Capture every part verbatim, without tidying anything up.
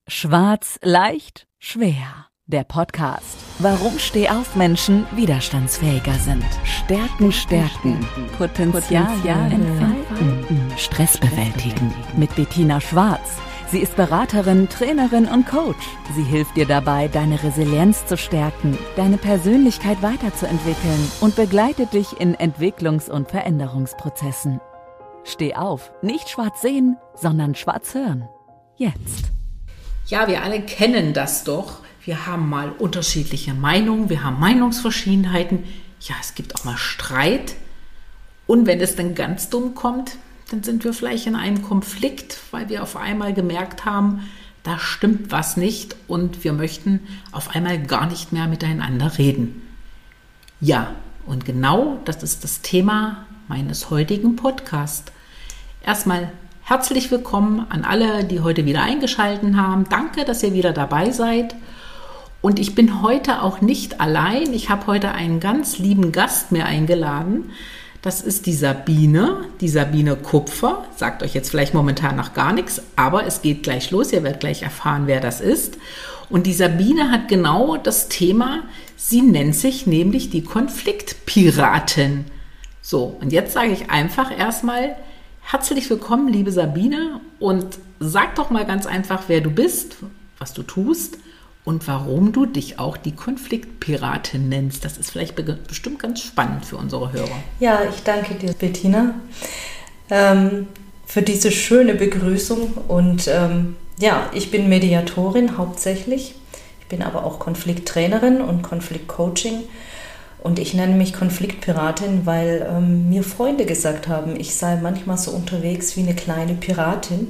Schwarz, leicht, schwer. Der Podcast. Warum Stehaufmenschen widerstandsfähiger sind. Stärken, stärken. Potenzial, Potenzial entfalten. Stress bewältigen. Mit Bettina Schwarz. Sie ist Beraterin, Trainerin und Coach. Sie hilft dir dabei, deine Resilienz zu stärken, deine Persönlichkeit weiterzuentwickeln und begleitet dich in Entwicklungs- und Veränderungsprozessen. Steh auf, nicht schwarz sehen, sondern schwarz hören. Jetzt. Ja, wir alle kennen das doch. Wir haben mal unterschiedliche Meinungen, wir haben Meinungsverschiedenheiten. Ja, es gibt auch mal Streit. Und wenn es dann ganz dumm kommt, dann sind wir vielleicht in einem Konflikt, weil wir auf einmal gemerkt haben, da stimmt was nicht und wir möchten auf einmal gar nicht mehr miteinander reden. Ja, und genau das ist das Thema meines heutigen Podcasts. Erstmal herzlich willkommen an alle, die heute wieder eingeschaltet haben. Danke, dass ihr wieder dabei seid. Und ich bin heute auch nicht allein. Ich habe heute einen ganz lieben Gast mir eingeladen. Das ist die Sabine, die Sabine Kupfer. Sagt euch jetzt vielleicht momentan noch gar nichts, aber es geht gleich los. Ihr werdet gleich erfahren, wer das ist. Und die Sabine hat genau das Thema, sie nennt sich nämlich die Konfliktpiratin. So, und jetzt sage ich einfach erstmal herzlich willkommen, liebe Sabine. Und sag doch mal ganz einfach, wer du bist, was du tust und warum du dich auch die Konfliktpiratin nennst. Das ist vielleicht be- bestimmt ganz spannend für unsere Hörer. Ja, ich danke dir, Bettina, ähm, für diese schöne Begrüßung. Und ähm, ja, ich bin Mediatorin hauptsächlich. Ich bin aber auch Konflikttrainerin und Konfliktcoaching. Und ich nenne mich Konfliktpiratin, weil ähm, mir Freunde gesagt haben, ich sei manchmal so unterwegs wie eine kleine Piratin.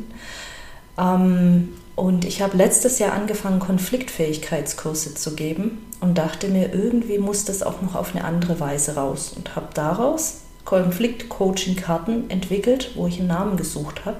Ähm, Und ich habe letztes Jahr angefangen, Konfliktfähigkeitskurse zu geben und dachte mir, irgendwie muss das auch noch auf eine andere Weise raus. Und habe daraus Konfliktcoaching-Karten entwickelt, wo ich einen Namen gesucht habe.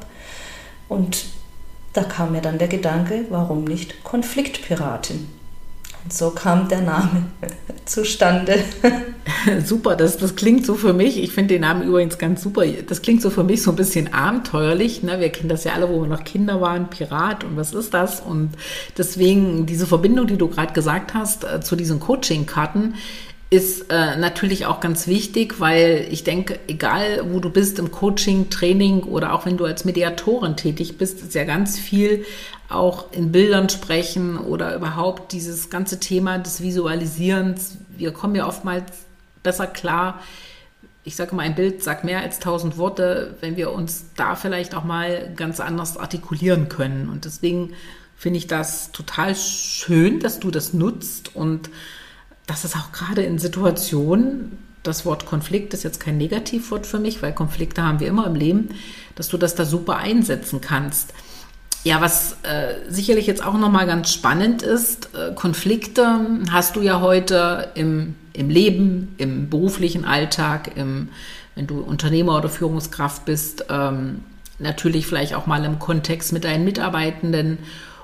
Und da kam mir dann der Gedanke, warum nicht Konfliktpiratin? Und so kam der Name zustande. Super, das, das klingt so für mich, ich finde den Namen übrigens ganz super, das klingt so für mich so ein bisschen abenteuerlich, ne? Wir kennen das ja alle, wo wir noch Kinder waren, Pirat und was ist das? Und deswegen diese Verbindung, die du gerade gesagt hast, äh, zu diesen Coaching-Karten, ist äh, natürlich auch ganz wichtig, weil ich denke, egal wo du bist im Coaching, Training oder auch wenn du als Mediatorin tätig bist, ist ja ganz viel auch in Bildern sprechen oder überhaupt dieses ganze Thema des Visualisierens. Wir kommen ja oftmals besser klar. Ich sage mal, ein Bild sagt mehr als tausend Worte, wenn wir uns da vielleicht auch mal ganz anders artikulieren können. Und deswegen finde ich das total schön, dass du das nutzt und dass es auch gerade in Situationen, das Wort Konflikt ist jetzt kein Negativwort für mich, weil Konflikte haben wir immer im Leben, dass du das da super einsetzen kannst. Ja, was äh, sicherlich jetzt auch nochmal ganz spannend ist, äh, Konflikte hast du ja heute im, im Leben, im beruflichen Alltag, im, wenn du Unternehmer oder Führungskraft bist, ähm, natürlich vielleicht auch mal im Kontext mit deinen Mitarbeitenden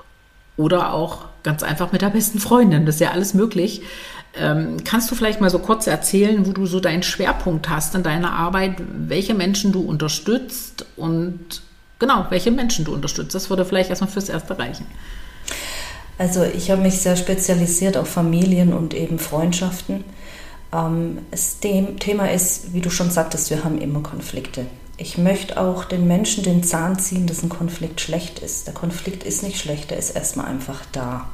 oder auch ganz einfach mit der besten Freundin, das ist ja alles möglich. Ähm, kannst du vielleicht mal so kurz erzählen, wo du so deinen Schwerpunkt hast in deiner Arbeit, welche Menschen du unterstützt und genau, welche Menschen du unterstützt? Das würde vielleicht erstmal fürs Erste reichen. Also ich habe mich sehr spezialisiert auf Familien und eben Freundschaften. Ähm, das Thema ist, wie du schon sagtest, wir haben immer Konflikte. Ich möchte auch den Menschen den Zahn ziehen, dass ein Konflikt schlecht ist. Der Konflikt ist nicht schlecht, der ist erstmal einfach da.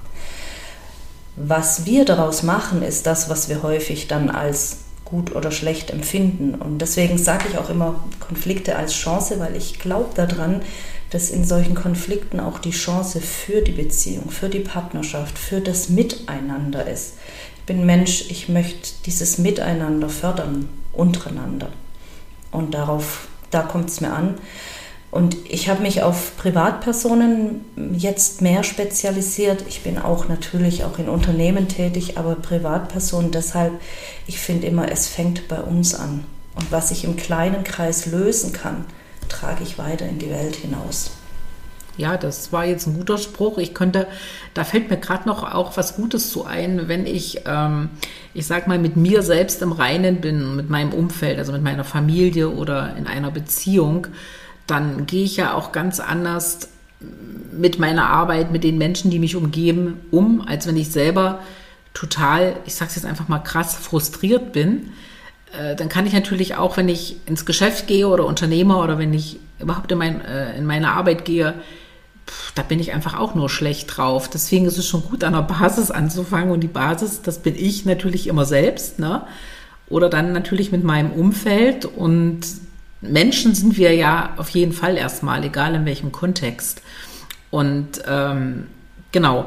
Was wir daraus machen, ist das, was wir häufig dann als gut oder schlecht empfinden. Und deswegen sage ich auch immer Konflikte als Chance, weil ich glaube daran, dass in solchen Konflikten auch die Chance für die Beziehung, für die Partnerschaft, für das Miteinander ist. Ich bin Mensch, ich möchte dieses Miteinander fördern, untereinander. Und darauf, da kommt es mir an. Und ich habe mich auf Privatpersonen jetzt mehr spezialisiert. Ich bin auch natürlich auch in Unternehmen tätig, aber Privatpersonen deshalb, ich finde immer, es fängt bei uns an. Und was ich im kleinen Kreis lösen kann, trage ich weiter in die Welt hinaus. Ja, das war jetzt ein guter Spruch. Ich könnte, da fällt mir gerade noch auch was Gutes zu ein, wenn ich, ähm, ich sag mal, mit mir selbst im Reinen bin, mit meinem Umfeld, also mit meiner Familie oder in einer Beziehung, dann gehe ich ja auch ganz anders mit meiner Arbeit, mit den Menschen, die mich umgeben, um, als wenn ich selber total, ich sag's jetzt einfach mal krass, frustriert bin. Äh, dann kann ich natürlich auch, wenn ich ins Geschäft gehe oder Unternehmer oder wenn ich überhaupt in, mein, äh, in meine Arbeit gehe, pff, da bin ich einfach auch nur schlecht drauf. Deswegen ist es schon gut, an der Basis anzufangen. Und die Basis, das bin ich natürlich immer selbst, ne? Oder dann natürlich mit meinem Umfeld. Und Menschen sind wir ja auf jeden Fall erstmal, egal in welchem Kontext. Und ähm, genau,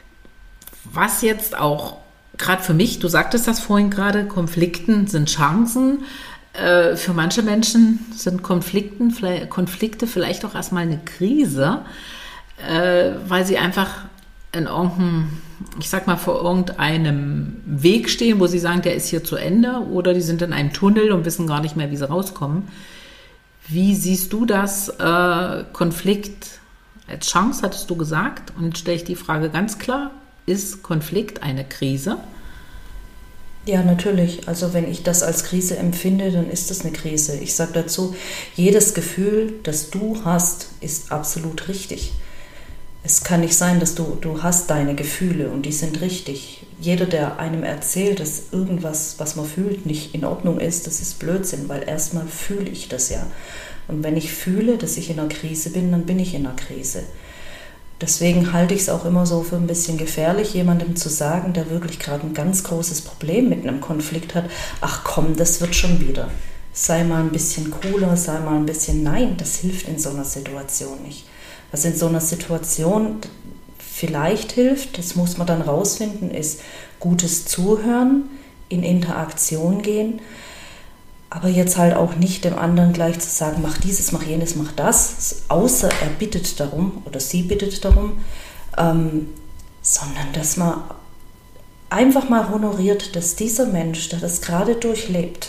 was jetzt auch gerade für mich, du sagtest das vorhin gerade, Konflikten sind Chancen. Äh, für manche Menschen sind Konflikten, vielleicht, Konflikte vielleicht auch erstmal eine Krise, äh, weil sie einfach in irgendeinem, ich sag mal, vor irgendeinem Weg stehen, wo sie sagen, der ist hier zu Ende, oder die sind in einem Tunnel und wissen gar nicht mehr, wie sie rauskommen. Wie siehst du das? Äh, Konflikt als Chance, hattest du gesagt. Und stelle ich die Frage ganz klar, ist Konflikt eine Krise? Ja, natürlich. Also wenn ich das als Krise empfinde, dann ist das eine Krise. Ich sage dazu, jedes Gefühl, das du hast, ist absolut richtig. Es kann nicht sein, dass du, du hast deine Gefühle und die sind richtig. Jeder, der einem erzählt, dass irgendwas, was man fühlt, nicht in Ordnung ist, das ist Blödsinn, weil erstmal fühle ich das ja. Und wenn ich fühle, dass ich in einer Krise bin, dann bin ich in einer Krise. Deswegen halte ich es auch immer so für ein bisschen gefährlich, jemandem zu sagen, der wirklich gerade ein ganz großes Problem mit einem Konflikt hat, ach komm, das wird schon wieder. Sei mal ein bisschen cooler, sei mal ein bisschen, nein, das hilft in so einer Situation nicht. Was in so einer Situation vielleicht hilft, das muss man dann rausfinden, ist gutes Zuhören, in Interaktion gehen, aber jetzt halt auch nicht dem anderen gleich zu sagen, mach dieses, mach jenes, mach das, außer er bittet darum oder sie bittet darum, ähm, sondern dass man einfach mal honoriert, dass dieser Mensch, der das gerade durchlebt,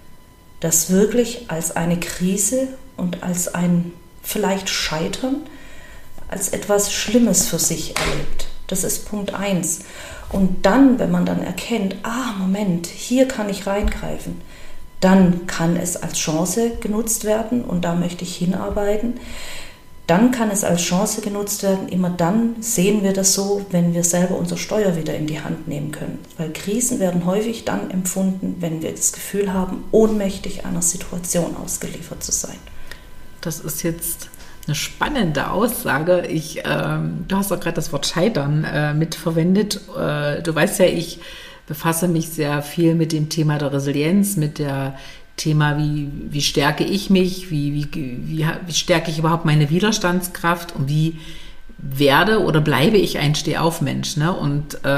das wirklich als eine Krise und als ein vielleicht Scheitern, als etwas Schlimmes für sich erlebt. Das ist Punkt eins. Und dann, wenn man dann erkennt, ah, Moment, hier kann ich reingreifen, dann kann es als Chance genutzt werden und da möchte ich hinarbeiten. Dann kann es als Chance genutzt werden, immer dann sehen wir das so, wenn wir selber unser Steuer wieder in die Hand nehmen können. Weil Krisen werden häufig dann empfunden, wenn wir das Gefühl haben, ohnmächtig einer Situation ausgeliefert zu sein. Das ist jetzt eine spannende Aussage. Ich, ähm, du hast auch gerade das Wort Scheitern äh, mitverwendet. Äh, du weißt ja, ich befasse mich sehr viel mit dem Thema der Resilienz, mit dem Thema, wie, wie stärke ich mich, wie, wie, wie, wie stärke ich überhaupt meine Widerstandskraft und wie werde oder bleibe ich ein Stehaufmensch. Ne? Und äh,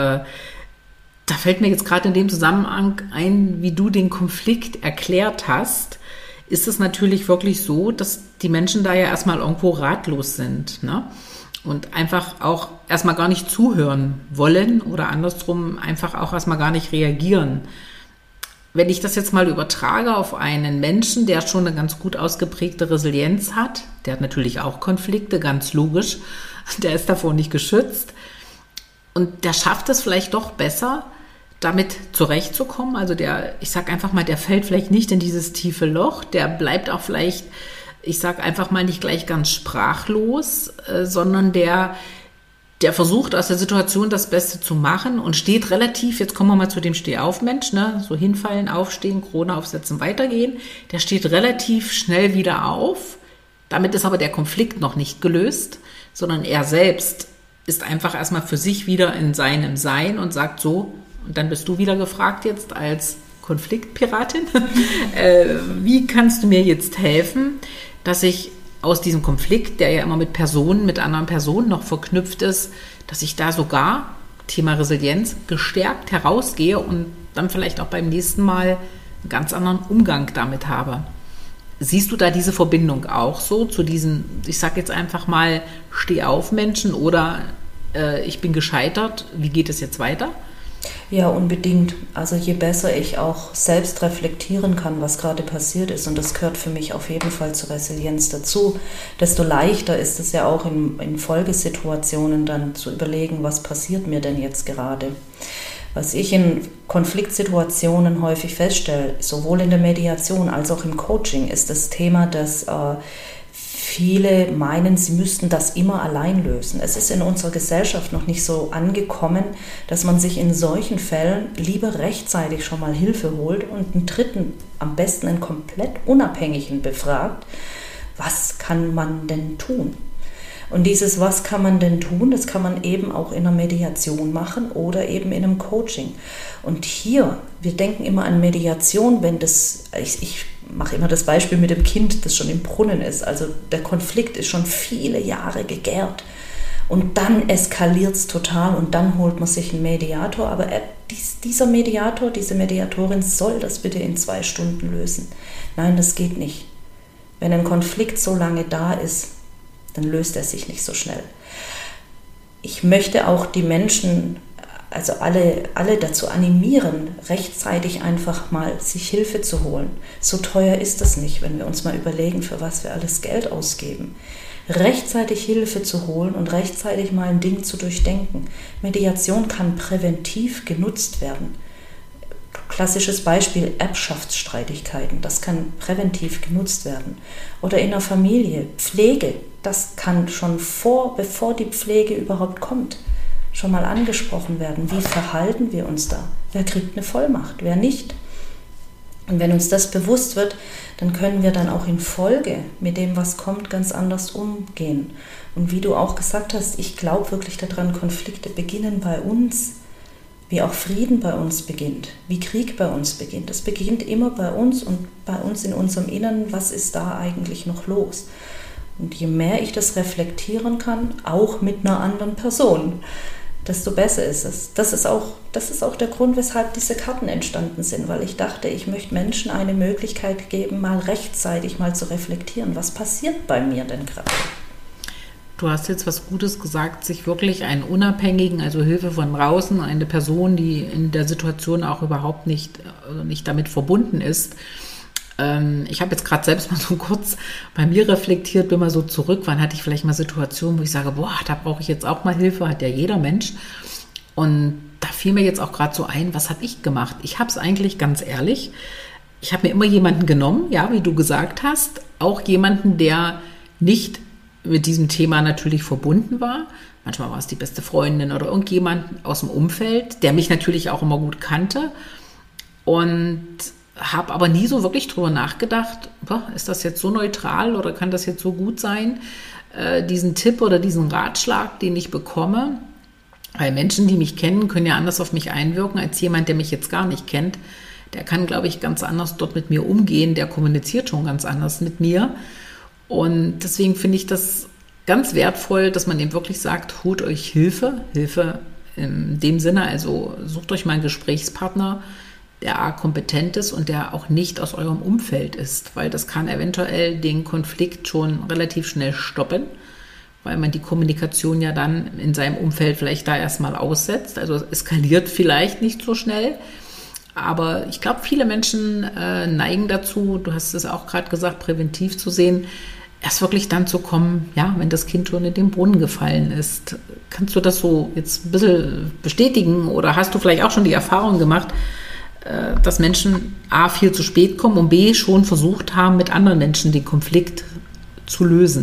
da fällt mir jetzt gerade in dem Zusammenhang ein, wie du den Konflikt erklärt hast, ist es natürlich wirklich so, dass die Menschen da ja erstmal irgendwo ratlos sind, ne? Und einfach auch erstmal gar nicht zuhören wollen oder andersrum einfach auch erstmal gar nicht reagieren. Wenn ich das jetzt mal übertrage auf einen Menschen, der schon eine ganz gut ausgeprägte Resilienz hat, der hat natürlich auch Konflikte, ganz logisch, der ist davor nicht geschützt und der schafft es vielleicht doch besser, damit zurechtzukommen. Also der, ich sag einfach mal, der fällt vielleicht nicht in dieses tiefe Loch, der bleibt auch vielleicht, ich sag einfach mal, nicht gleich ganz sprachlos, äh, sondern der, der versucht aus der Situation das Beste zu machen und steht relativ, jetzt kommen wir mal zu dem Stehaufmensch, ne, so hinfallen, aufstehen, Krone aufsetzen, weitergehen, der steht relativ schnell wieder auf. Damit ist aber der Konflikt noch nicht gelöst, sondern er selbst ist einfach erstmal für sich wieder in seinem Sein und sagt so, und dann bist du wieder gefragt jetzt als Konfliktpiratin, äh, wie kannst du mir jetzt helfen, dass ich aus diesem Konflikt, der ja immer mit Personen, mit anderen Personen noch verknüpft ist, dass ich da sogar, Thema Resilienz, gestärkt herausgehe und dann vielleicht auch beim nächsten Mal einen ganz anderen Umgang damit habe. Siehst du da diese Verbindung auch so zu diesen, ich sage jetzt einfach mal, Stehaufmenschen oder äh, ich bin gescheitert, wie geht es jetzt weiter? Ja, unbedingt. Also je besser ich auch selbst reflektieren kann, was gerade passiert ist, und das gehört für mich auf jeden Fall zur Resilienz dazu, desto leichter ist es ja auch in, in Folgesituationen dann zu überlegen, was passiert mir denn jetzt gerade. Was ich in Konfliktsituationen häufig feststelle, sowohl in der Mediation als auch im Coaching, ist das Thema, dass äh, viele meinen, sie müssten das immer allein lösen. Es ist in unserer Gesellschaft noch nicht so angekommen, dass man sich in solchen Fällen lieber rechtzeitig schon mal Hilfe holt und einen Dritten, am besten einen komplett Unabhängigen, befragt, was kann man denn tun? Und dieses Was kann man denn tun, das kann man eben auch in einer Mediation machen oder eben in einem Coaching. Und hier, wir denken immer an Mediation, wenn das, ich, ich mache immer das Beispiel mit dem Kind, das schon im Brunnen ist. Also der Konflikt ist schon viele Jahre gegärt. Und dann eskaliert es total und dann holt man sich einen Mediator. Aber er, dies, dieser Mediator, diese Mediatorin soll das bitte in zwei Stunden lösen. Nein, das geht nicht. Wenn ein Konflikt so lange da ist, dann löst er sich nicht so schnell. Ich möchte auch die Menschen, also alle, alle dazu animieren, rechtzeitig einfach mal sich Hilfe zu holen. So teuer ist das nicht, wenn wir uns mal überlegen, für was wir alles Geld ausgeben. Rechtzeitig Hilfe zu holen und rechtzeitig mal ein Ding zu durchdenken. Mediation kann präventiv genutzt werden. Klassisches Beispiel, Erbschaftsstreitigkeiten, das kann präventiv genutzt werden. Oder in der Familie, Pflege, das kann schon vor, bevor die Pflege überhaupt kommt, schon mal angesprochen werden. Wie verhalten wir uns da? Wer kriegt eine Vollmacht, wer nicht? Und wenn uns das bewusst wird, dann können wir dann auch in Folge mit dem, was kommt, ganz anders umgehen. Und wie du auch gesagt hast, ich glaube wirklich daran, Konflikte beginnen bei uns, wie auch Frieden bei uns beginnt, wie Krieg bei uns beginnt. Das beginnt immer bei uns und bei uns in unserem Inneren, was ist da eigentlich noch los? Und je mehr ich das reflektieren kann, auch mit einer anderen Person, desto besser ist es. Das ist auch, das ist auch der Grund, weshalb diese Karten entstanden sind, weil ich dachte, ich möchte Menschen eine Möglichkeit geben, mal rechtzeitig mal zu reflektieren. Was passiert bei mir denn gerade? Du hast jetzt was Gutes gesagt, sich wirklich einen Unabhängigen, also Hilfe von draußen, eine Person, die in der Situation auch überhaupt nicht, also nicht damit verbunden ist. Ähm, ich habe jetzt gerade selbst mal so kurz bei mir reflektiert, bin mal so zurück, wann hatte ich vielleicht mal Situationen, wo ich sage, boah, da brauche ich jetzt auch mal Hilfe, hat ja jeder Mensch. Und da fiel mir jetzt auch gerade so ein, was habe ich gemacht? Ich habe es eigentlich ganz ehrlich, ich habe mir immer jemanden genommen, ja, wie du gesagt hast, auch jemanden, der nicht mit diesem Thema natürlich verbunden war. Manchmal war es die beste Freundin oder irgendjemand aus dem Umfeld, der mich natürlich auch immer gut kannte. Und habe aber nie so wirklich drüber nachgedacht, ist das jetzt so neutral oder kann das jetzt so gut sein, äh, diesen Tipp oder diesen Ratschlag, den ich bekomme. Weil Menschen, die mich kennen, können ja anders auf mich einwirken als jemand, der mich jetzt gar nicht kennt. Der kann, glaube ich, ganz anders dort mit mir umgehen. Der kommuniziert schon ganz anders mit mir. Und deswegen finde ich das ganz wertvoll, dass man eben wirklich sagt, holt euch Hilfe. Hilfe in dem Sinne, also sucht euch mal einen Gesprächspartner, der A, kompetent ist und der auch nicht aus eurem Umfeld ist. Weil das kann eventuell den Konflikt schon relativ schnell stoppen, weil man die Kommunikation ja dann in seinem Umfeld vielleicht da erstmal aussetzt. Also es eskaliert vielleicht nicht so schnell. Aber ich glaube, viele Menschen äh, neigen dazu, du hast es auch gerade gesagt, präventiv zu sehen, erst wirklich dann zu kommen, ja, wenn das Kind schon in den Brunnen gefallen ist. Kannst du das so jetzt ein bisschen bestätigen oder hast du vielleicht auch schon die Erfahrung gemacht, äh, dass Menschen A, viel zu spät kommen und B, schon versucht haben, mit anderen Menschen den Konflikt zu lösen?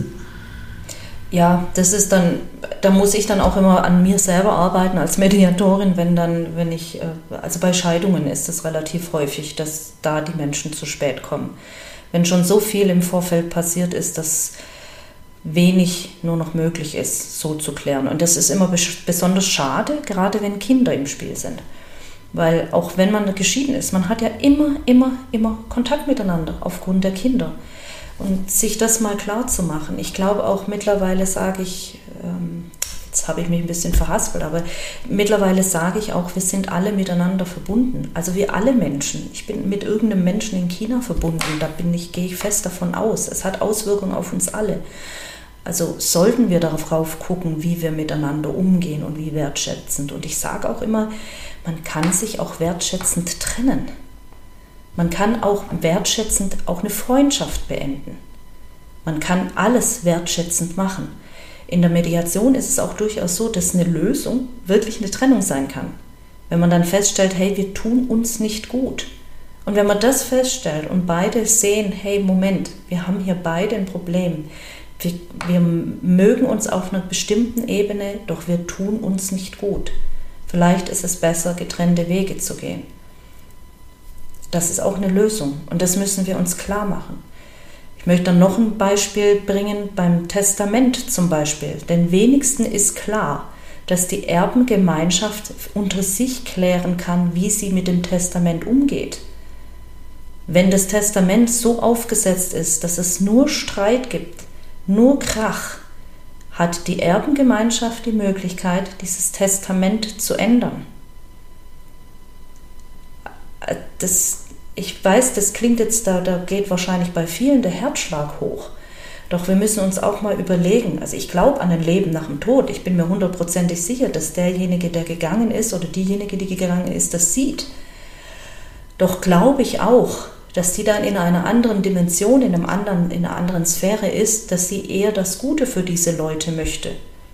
Ja, das ist dann, da muss ich dann auch immer an mir selber arbeiten als Mediatorin, wenn dann, wenn ich, also bei Scheidungen ist es relativ häufig, dass da die Menschen zu spät kommen. Wenn schon so viel im Vorfeld passiert ist, dass wenig nur noch möglich ist, so zu klären. Und das ist immer besonders schade, gerade wenn Kinder im Spiel sind. Weil auch wenn man geschieden ist, man hat ja immer, immer, immer Kontakt miteinander aufgrund der Kinder. Und sich das mal klar zu machen. Ich glaube auch mittlerweile sage ich, ähm, jetzt habe ich mich ein bisschen verhaspelt, aber mittlerweile sage ich auch, wir sind alle miteinander verbunden. Also wir alle Menschen. Ich bin mit irgendeinem Menschen in China verbunden, da bin ich, gehe ich fest davon aus. Es hat Auswirkungen auf uns alle. Also sollten wir darauf gucken, wie wir miteinander umgehen und wie wertschätzend. Und ich sage auch immer, man kann sich auch wertschätzend trennen. Man kann auch wertschätzend auch eine Freundschaft beenden. Man kann alles wertschätzend machen. In der Mediation ist es auch durchaus so, dass eine Lösung wirklich eine Trennung sein kann. Wenn man dann feststellt, hey, wir tun uns nicht gut. Und wenn man das feststellt und beide sehen, hey, Moment, wir haben hier beide ein Problem. Wir, wir mögen uns auf einer bestimmten Ebene, doch wir tun uns nicht gut. Vielleicht ist es besser, getrennte Wege zu gehen. Das ist auch eine Lösung und das müssen wir uns klar machen. Ich möchte dann noch ein Beispiel bringen beim Testament zum Beispiel. Den wenigsten ist klar, dass die Erbengemeinschaft unter sich klären kann, wie sie mit dem Testament umgeht. Wenn das Testament so aufgesetzt ist, dass es nur Streit gibt, nur Krach, hat die Erbengemeinschaft die Möglichkeit, dieses Testament zu ändern. Das, ich weiß, das klingt jetzt, da, da geht wahrscheinlich bei vielen der Herzschlag hoch. Doch wir müssen uns auch mal überlegen, also ich glaube an ein Leben nach dem Tod. Ich bin mir hundertprozentig sicher, dass derjenige, der gegangen ist oder diejenige, die gegangen ist, das sieht. Doch glaube ich auch, dass die dann in einer anderen Dimension, in, einem anderen, in einer anderen Sphäre ist, dass sie eher das Gute für diese Leute möchte.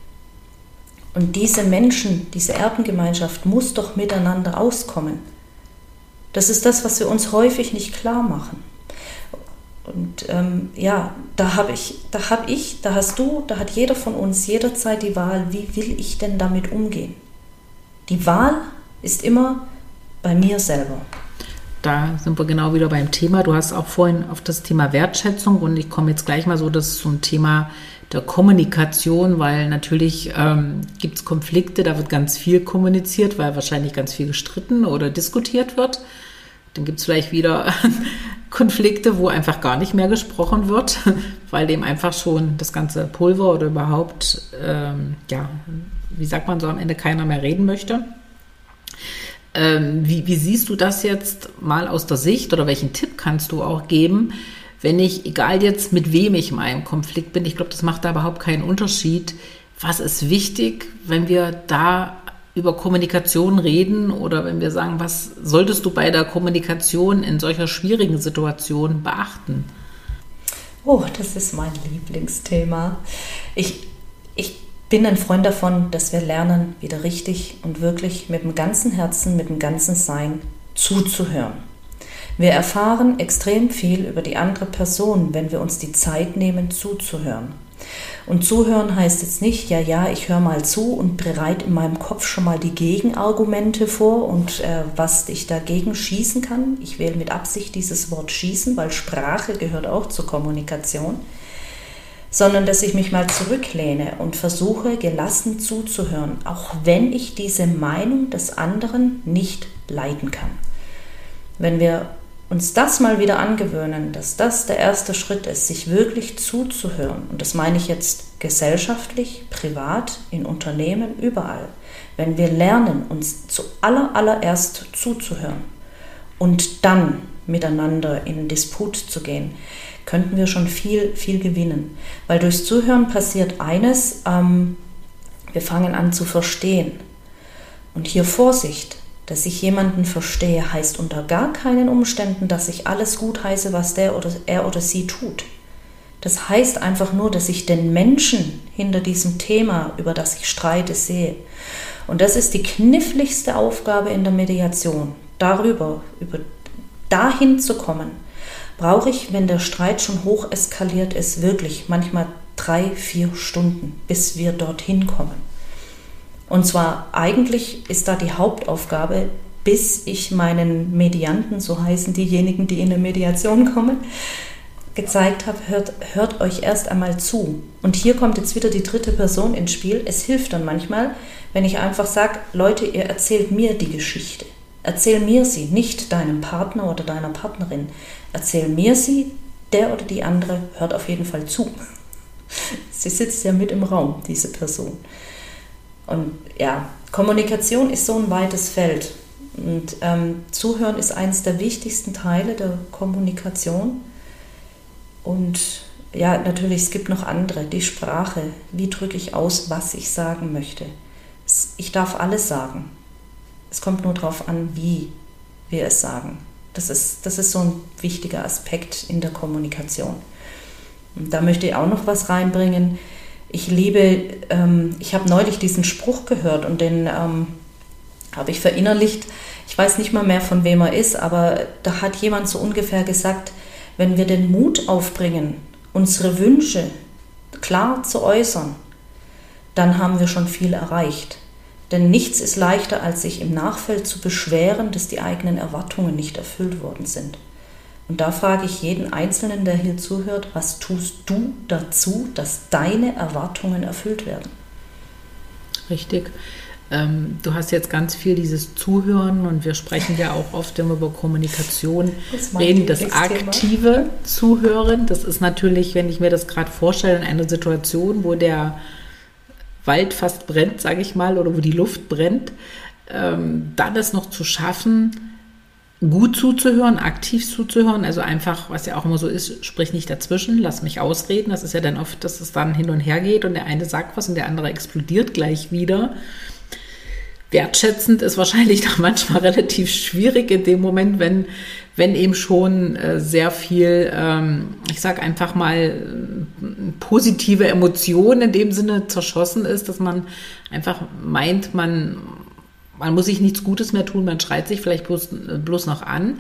Und diese Menschen, diese Erbengemeinschaft muss doch miteinander auskommen. Das ist das, was wir uns häufig nicht klar machen. Und ähm, ja, da habe ich, da habe ich, da hast du, da hat jeder von uns jederzeit die Wahl, wie will ich denn damit umgehen? Die Wahl ist immer bei mir selber. Da sind wir genau wieder beim Thema. Du hast auch vorhin auf das Thema Wertschätzung und ich komme jetzt gleich mal so das zum Thema der Kommunikation, weil natürlich ähm, gibt es Konflikte, da wird ganz viel kommuniziert, weil wahrscheinlich ganz viel gestritten oder diskutiert wird. Dann gibt es vielleicht wieder Konflikte, wo einfach gar nicht mehr gesprochen wird, weil dem einfach schon das ganze Pulver oder überhaupt, ähm, ja, wie sagt man so, am Ende keiner mehr reden möchte. Ähm, wie, wie siehst du das jetzt mal aus der Sicht oder welchen Tipp kannst du auch geben, wenn ich, egal jetzt mit wem ich in einem Konflikt bin, ich glaube, das macht da überhaupt keinen Unterschied. Was ist wichtig, wenn wir da über Kommunikation reden oder wenn wir sagen, was solltest du bei der Kommunikation in solcher schwierigen Situation beachten? Oh, das ist mein Lieblingsthema. Ich, ich bin ein Freund davon, dass wir lernen, wieder richtig und wirklich mit dem ganzen Herzen, mit dem ganzen Sein zuzuhören. Wir erfahren extrem viel über die andere Person, wenn wir uns die Zeit nehmen, zuzuhören. Und zuhören heißt jetzt nicht, ja, ja, ich höre mal zu und bereite in meinem Kopf schon mal die Gegenargumente vor und äh, was ich dagegen schießen kann. Ich wähle mit Absicht dieses Wort schießen, weil Sprache gehört auch zur Kommunikation. Sondern dass ich mich mal zurücklehne und versuche, gelassen zuzuhören, auch wenn ich diese Meinung des anderen nicht leiden kann. Wenn wir uns das mal wieder angewöhnen, dass das der erste Schritt ist, sich wirklich zuzuhören, und das meine ich jetzt gesellschaftlich, privat, in Unternehmen, überall, wenn wir lernen, uns zuallererst zuzuhören und dann miteinander in einen Disput zu gehen, könnten wir schon viel, viel gewinnen. Weil durchs Zuhören passiert eines, ähm, wir fangen an zu verstehen. Und hier Vorsicht, dass ich jemanden verstehe, heißt unter gar keinen Umständen, dass ich alles gut heiße, was der oder er oder sie tut. Das heißt einfach nur, dass ich den Menschen hinter diesem Thema, über das ich streite, sehe. Und das ist die kniffligste Aufgabe in der Mediation. Darüber, über dahin zu kommen, brauche ich, wenn der Streit schon hoch eskaliert ist, wirklich manchmal drei, vier Stunden, bis wir dorthin kommen. Und zwar eigentlich ist da die Hauptaufgabe, bis ich meinen Medianten, so heißen diejenigen, die in eine Mediation kommen, gezeigt habe, hört, hört euch erst einmal zu. Und hier kommt jetzt wieder die dritte Person ins Spiel. Es hilft dann manchmal, wenn ich einfach sage, Leute, ihr erzählt mir die Geschichte. Erzähl mir sie, nicht deinem Partner oder deiner Partnerin. Erzähl mir sie, der oder die andere hört auf jeden Fall zu. Sie sitzt ja mit im Raum, diese Person. Und ja, Kommunikation ist so ein weites Feld. Und ähm, Zuhören ist eines der wichtigsten Teile der Kommunikation. Und ja, natürlich, es gibt noch andere. Die Sprache, wie drücke ich aus, was ich sagen möchte. Ich darf alles sagen. Es kommt nur darauf an, wie wir es sagen. Das ist, das ist so ein wichtiger Aspekt in der Kommunikation. Und da möchte ich auch noch was reinbringen. Ich liebe, ähm, ich habe neulich diesen Spruch gehört und den ähm, habe ich verinnerlicht. Ich weiß nicht mal mehr, von wem er ist, aber da hat jemand so ungefähr gesagt, wenn wir den Mut aufbringen, unsere Wünsche klar zu äußern, dann haben wir schon viel erreicht. Denn nichts ist leichter, als sich im Nachfeld zu beschweren, dass die eigenen Erwartungen nicht erfüllt worden sind. Und da frage ich jeden Einzelnen, der hier zuhört, was tust du dazu, dass deine Erwartungen erfüllt werden? Richtig. Ähm, du hast jetzt ganz viel dieses Zuhören und wir sprechen ja auch oft, wenn wir über Kommunikation das reden, das aktive Zuhören. Das ist natürlich, wenn ich mir das gerade vorstelle, in einer Situation, wo der Wald fast brennt, sage ich mal, oder wo die Luft brennt, ähm, dann es noch zu schaffen, gut zuzuhören, aktiv zuzuhören, also einfach, was ja auch immer so ist, sprich nicht dazwischen, lass mich ausreden. Das ist ja dann oft, dass es dann hin und her geht und der eine sagt was und der andere explodiert gleich wieder. Wertschätzend ist wahrscheinlich da manchmal relativ schwierig in dem Moment, wenn, wenn eben schon äh, sehr viel, ähm, ich sage einfach mal, äh, positive Emotionen in dem Sinne zerschossen ist, dass man einfach meint, man Man muss sich nichts Gutes mehr tun, man schreit sich vielleicht bloß, bloß noch an.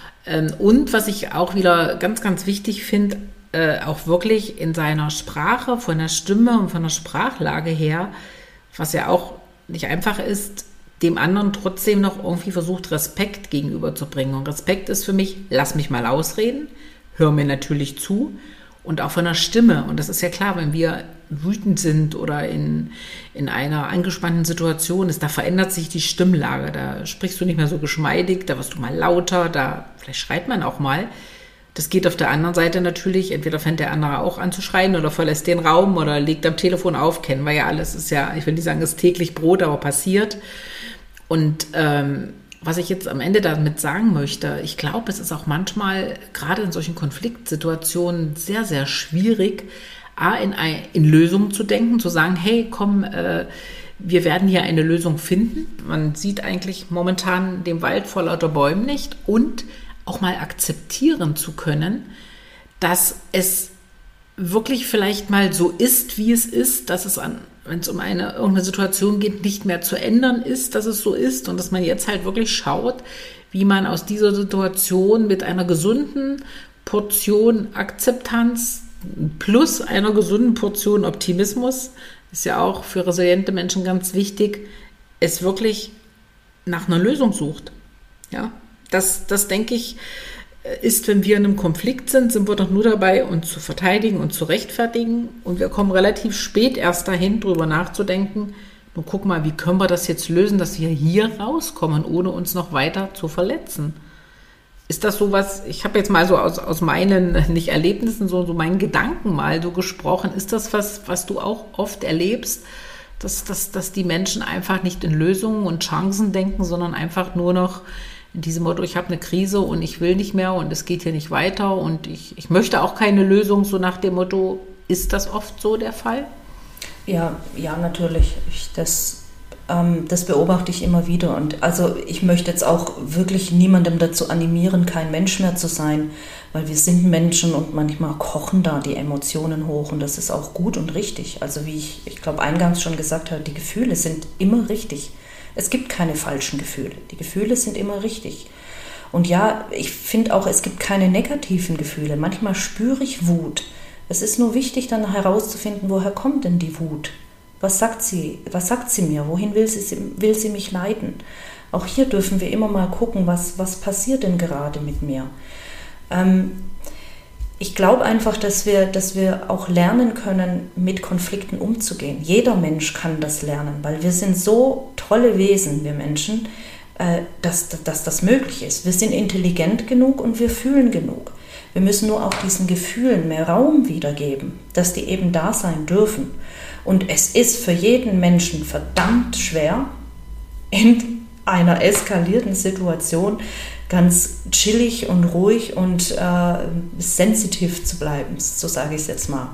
Und was ich auch wieder ganz, ganz wichtig finde, auch wirklich in seiner Sprache, von der Stimme und von der Sprachlage her, was ja auch nicht einfach ist, dem anderen trotzdem noch irgendwie versucht, Respekt gegenüberzubringen. Und Respekt ist für mich, lass mich mal ausreden, hör mir natürlich zu. Und auch von der Stimme. Und das ist ja klar, wenn wir wütend sind oder in, in einer angespannten Situation ist, da verändert sich die Stimmlage. Da sprichst du nicht mehr so geschmeidig, da wirst du mal lauter, da vielleicht schreit man auch mal. Das geht auf der anderen Seite natürlich, entweder fängt der andere auch an zu schreien oder verlässt den Raum oder legt am Telefon auf. Kennen wir ja alles, ist ja, ich will nicht sagen, ist täglich Brot, aber passiert. Und ähm, was ich jetzt am Ende damit sagen möchte, ich glaube, es ist auch manchmal, gerade in solchen Konfliktsituationen, sehr, sehr schwierig, A, in, in Lösungen zu denken, zu sagen, hey, komm, äh, wir werden hier eine Lösung finden. Man sieht eigentlich momentan den Wald vor lauter Bäumen nicht und auch mal akzeptieren zu können, dass es wirklich vielleicht mal so ist, wie es ist, dass es an wenn es um eine irgendeine Situation geht, nicht mehr zu ändern ist, dass es so ist und dass man jetzt halt wirklich schaut, wie man aus dieser Situation mit einer gesunden Portion Akzeptanz plus einer gesunden Portion Optimismus, ist ja auch für resiliente Menschen ganz wichtig, es wirklich nach einer Lösung sucht. Ja, das, das denke ich, ist, wenn wir in einem Konflikt sind, sind wir doch nur dabei, uns zu verteidigen und zu rechtfertigen. Und wir kommen relativ spät erst dahin, drüber nachzudenken, nun guck mal, wie können wir das jetzt lösen, dass wir hier rauskommen, ohne uns noch weiter zu verletzen. Ist das sowas, ich habe jetzt mal so aus, aus meinen, nicht Erlebnissen, so, so meinen Gedanken mal so gesprochen, ist das was, was du auch oft erlebst, dass, dass, dass die Menschen einfach nicht in Lösungen und Chancen denken, sondern einfach nur noch in diesem Motto, ich habe eine Krise und ich will nicht mehr und es geht hier nicht weiter und ich, ich möchte auch keine Lösung, so nach dem Motto, ist das oft so der Fall? Ja, ja, natürlich. Ich, das, ähm, das beobachte ich immer wieder und also ich möchte jetzt auch wirklich niemandem dazu animieren, kein Mensch mehr zu sein, weil wir sind Menschen und manchmal kochen da die Emotionen hoch und das ist auch gut und richtig. Also wie ich, ich glaube, eingangs schon gesagt habe, die Gefühle sind immer richtig. Es gibt keine falschen Gefühle. Die Gefühle sind immer richtig. Und ja, ich finde auch, es gibt keine negativen Gefühle. Manchmal spüre ich Wut. Es ist nur wichtig, dann herauszufinden, woher kommt denn die Wut? Was sagt sie? Was sagt sie mir? Wohin will sie, will sie mich leiten? Auch hier dürfen wir immer mal gucken, was, was passiert denn gerade mit mir? Ähm, Ich glaube einfach, dass wir, dass wir auch lernen können, mit Konflikten umzugehen. Jeder Mensch kann das lernen, weil wir sind so tolle Wesen, wir Menschen, dass, dass das möglich ist. Wir sind intelligent genug und wir fühlen genug. Wir müssen nur auch diesen Gefühlen mehr Raum wiedergeben, dass die eben da sein dürfen. Und es ist für jeden Menschen verdammt schwer, in einer eskalierten Situation ganz chillig und ruhig und äh, sensitiv zu bleiben, so sage ich es jetzt mal.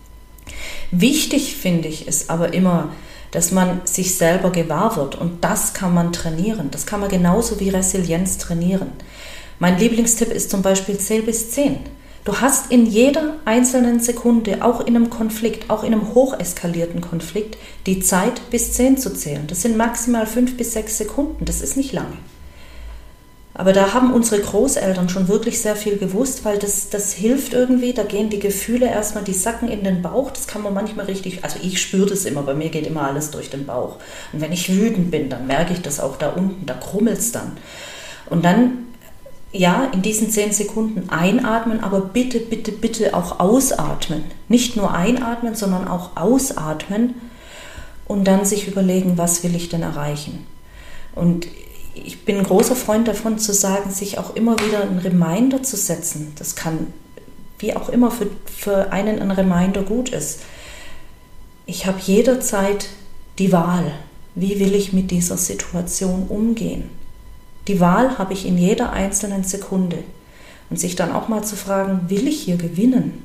Wichtig finde ich ist aber immer, dass man sich selber gewahr wird und das kann man trainieren. Das kann man genauso wie Resilienz trainieren. Mein Lieblingstipp ist zum Beispiel zähl bis zehn. Du hast in jeder einzelnen Sekunde, auch in einem Konflikt, auch in einem hocheskalierten Konflikt, die Zeit bis zehn zu zählen. Das sind maximal fünf bis sechs Sekunden, das ist nicht lange. Aber da haben unsere Großeltern schon wirklich sehr viel gewusst, weil das, das hilft irgendwie, da gehen die Gefühle erstmal, die sacken in den Bauch, das kann man manchmal richtig, also ich spüre das immer, bei mir geht immer alles durch den Bauch. Und wenn ich wütend bin, dann merke ich das auch da unten, da krummelt es dann. Und dann, ja, in diesen zehn Sekunden einatmen, aber bitte, bitte, bitte auch ausatmen. Nicht nur einatmen, sondern auch ausatmen und dann sich überlegen, was will ich denn erreichen. Und ich bin ein großer Freund davon zu sagen, sich auch immer wieder einen Reminder zu setzen. Das kann, wie auch immer für, für einen ein Reminder gut ist. Ich habe jederzeit die Wahl, wie will ich mit dieser Situation umgehen. Die Wahl habe ich in jeder einzelnen Sekunde. Und sich dann auch mal zu fragen, will ich hier gewinnen?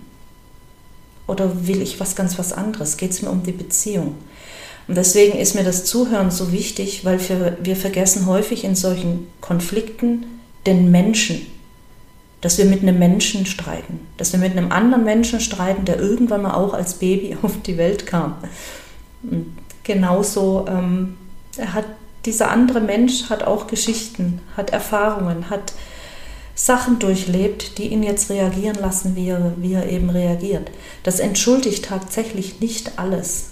Oder will ich was ganz was anderes? Geht es mir um die Beziehung? Und deswegen ist mir das Zuhören so wichtig, weil wir, wir vergessen häufig in solchen Konflikten den Menschen, dass wir mit einem Menschen streiten, dass wir mit einem anderen Menschen streiten, der irgendwann mal auch als Baby auf die Welt kam. Und genauso, ähm, er hat, dieser andere Mensch hat auch Geschichten, hat Erfahrungen, hat Sachen durchlebt, die ihn jetzt reagieren lassen, wie er, wie er eben reagiert. Das entschuldigt tatsächlich nicht alles.